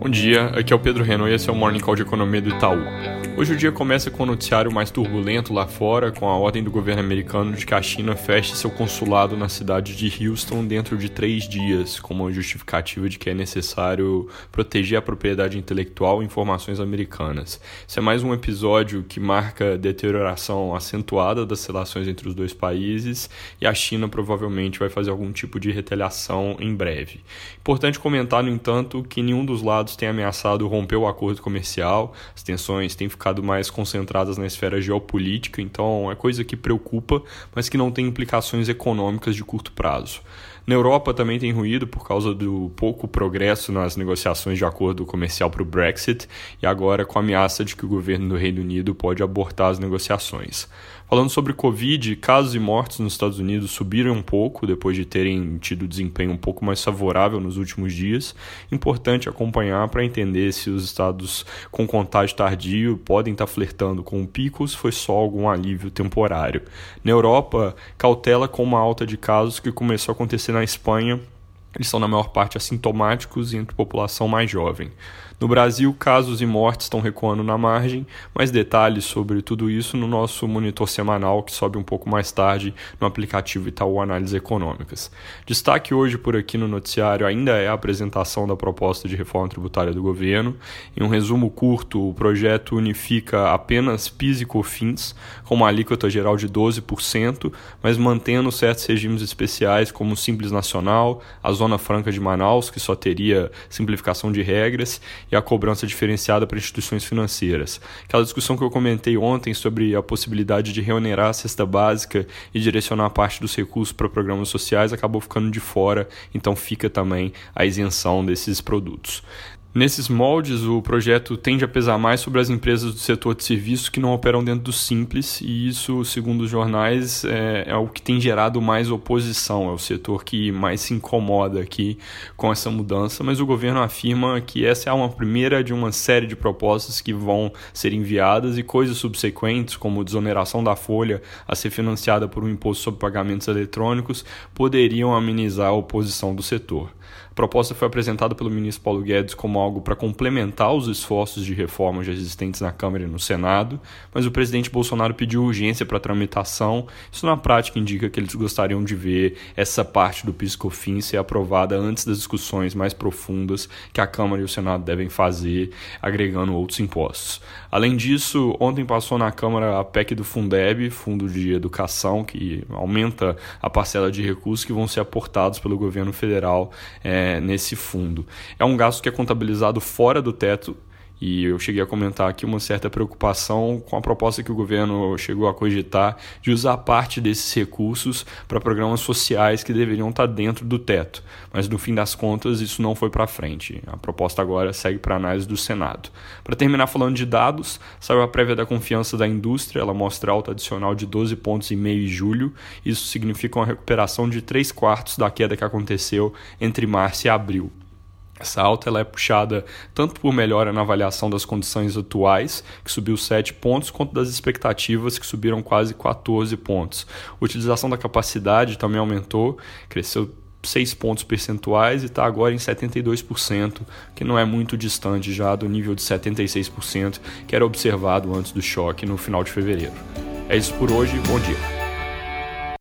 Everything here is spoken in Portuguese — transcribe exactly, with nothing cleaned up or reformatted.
Bom dia, aqui é o Pedro Renault e esse é o Morning Call de Economia do Itaú. Hoje o dia começa com o noticiário mais turbulento lá fora, com a ordem do governo americano de que a China feche seu consulado na cidade de Houston dentro de três dias, como uma justificativa de que é necessário proteger a propriedade intelectual e informações americanas. Isso é mais um episódio que marca a deterioração acentuada das relações entre os dois países e a China provavelmente vai fazer algum tipo de retaliação em breve. Importante comentar, no entanto, que nenhum dos lados tem ameaçado romper o acordo comercial, as tensões têm ficado mais concentradas na esfera geopolítica, então é coisa que preocupa, mas que não tem implicações econômicas de curto prazo. Na Europa também tem ruído por causa do pouco progresso nas negociações de acordo comercial para o Brexit e agora com a ameaça de que o governo do Reino Unido pode abortar as negociações. Falando sobre Covid, casos e mortes nos Estados Unidos subiram um pouco depois de terem tido desempenho um pouco mais favorável nos últimos dias. Importante acompanhar para entender se os estados com contágio tardio podem estar flertando com o pico ou se foi só algum alívio temporário. Na Europa, cautela com uma alta de casos que começou a acontecer na Espanha. Eles são na maior parte assintomáticos e entre população mais jovem. No Brasil, casos e mortes estão recuando na margem, mais detalhes sobre tudo isso no nosso monitor semanal, que sobe um pouco mais tarde no aplicativo Itaú Análises Econômicas. Destaque hoje por aqui no noticiário ainda é a apresentação da proposta de reforma tributária do governo. Em um resumo curto, o projeto unifica apenas PIS e COFINS, com uma alíquota geral de doze por cento, mas mantendo certos regimes especiais como o Simples Nacional, a Zona Franca de Manaus, que só teria simplificação de regras, e a cobrança diferenciada para instituições financeiras. Aquela discussão que eu comentei ontem sobre a possibilidade de reonerar a cesta básica e direcionar parte dos recursos para programas sociais acabou ficando de fora, então fica também a isenção desses produtos. Nesses moldes, o projeto tende a pesar mais sobre as empresas do setor de serviços que não operam dentro do Simples, e isso, segundo os jornais, é, é o que tem gerado mais oposição, é o setor que mais se incomoda aqui com essa mudança, mas o governo afirma que essa é uma primeira de uma série de propostas que vão ser enviadas e coisas subsequentes, como desoneração da folha a ser financiada por um imposto sobre pagamentos eletrônicos, poderiam amenizar a oposição do setor. A proposta foi apresentada pelo ministro Paulo Guedes como algo para complementar os esforços de reforma já existentes na Câmara e no Senado, mas o presidente Bolsonaro pediu urgência para a tramitação. Isso na prática indica que eles gostariam de ver essa parte do PIS e COFINS ser aprovada antes das discussões mais profundas que a Câmara e o Senado devem fazer, agregando outros impostos. Além disso, ontem passou na Câmara a P E C do Fundeb, Fundo de Educação, que aumenta a parcela de recursos que vão ser aportados pelo governo federal É, nesse fundo. É um gasto que é contabilizado fora do teto e eu cheguei a comentar aqui uma certa preocupação com a proposta que o governo chegou a cogitar de usar parte desses recursos para programas sociais que deveriam estar dentro do teto, mas no fim das contas isso não foi para frente. A proposta agora segue para análise do Senado. Para terminar falando de dados, saiu a prévia da confiança da indústria, ela mostra alta adicional de doze vírgula cinco pontos em julho, isso significa uma recuperação de três quartos da queda que aconteceu entre março e abril. Essa alta ela é puxada tanto por melhora na avaliação das condições atuais, que subiu sete pontos, quanto das expectativas, que subiram quase quatorze pontos. A utilização da capacidade também aumentou, cresceu seis pontos percentuais e está agora em setenta e dois por cento, que não é muito distante já do nível de setenta e seis por cento que era observado antes do choque no final de fevereiro. É isso por hoje, bom dia.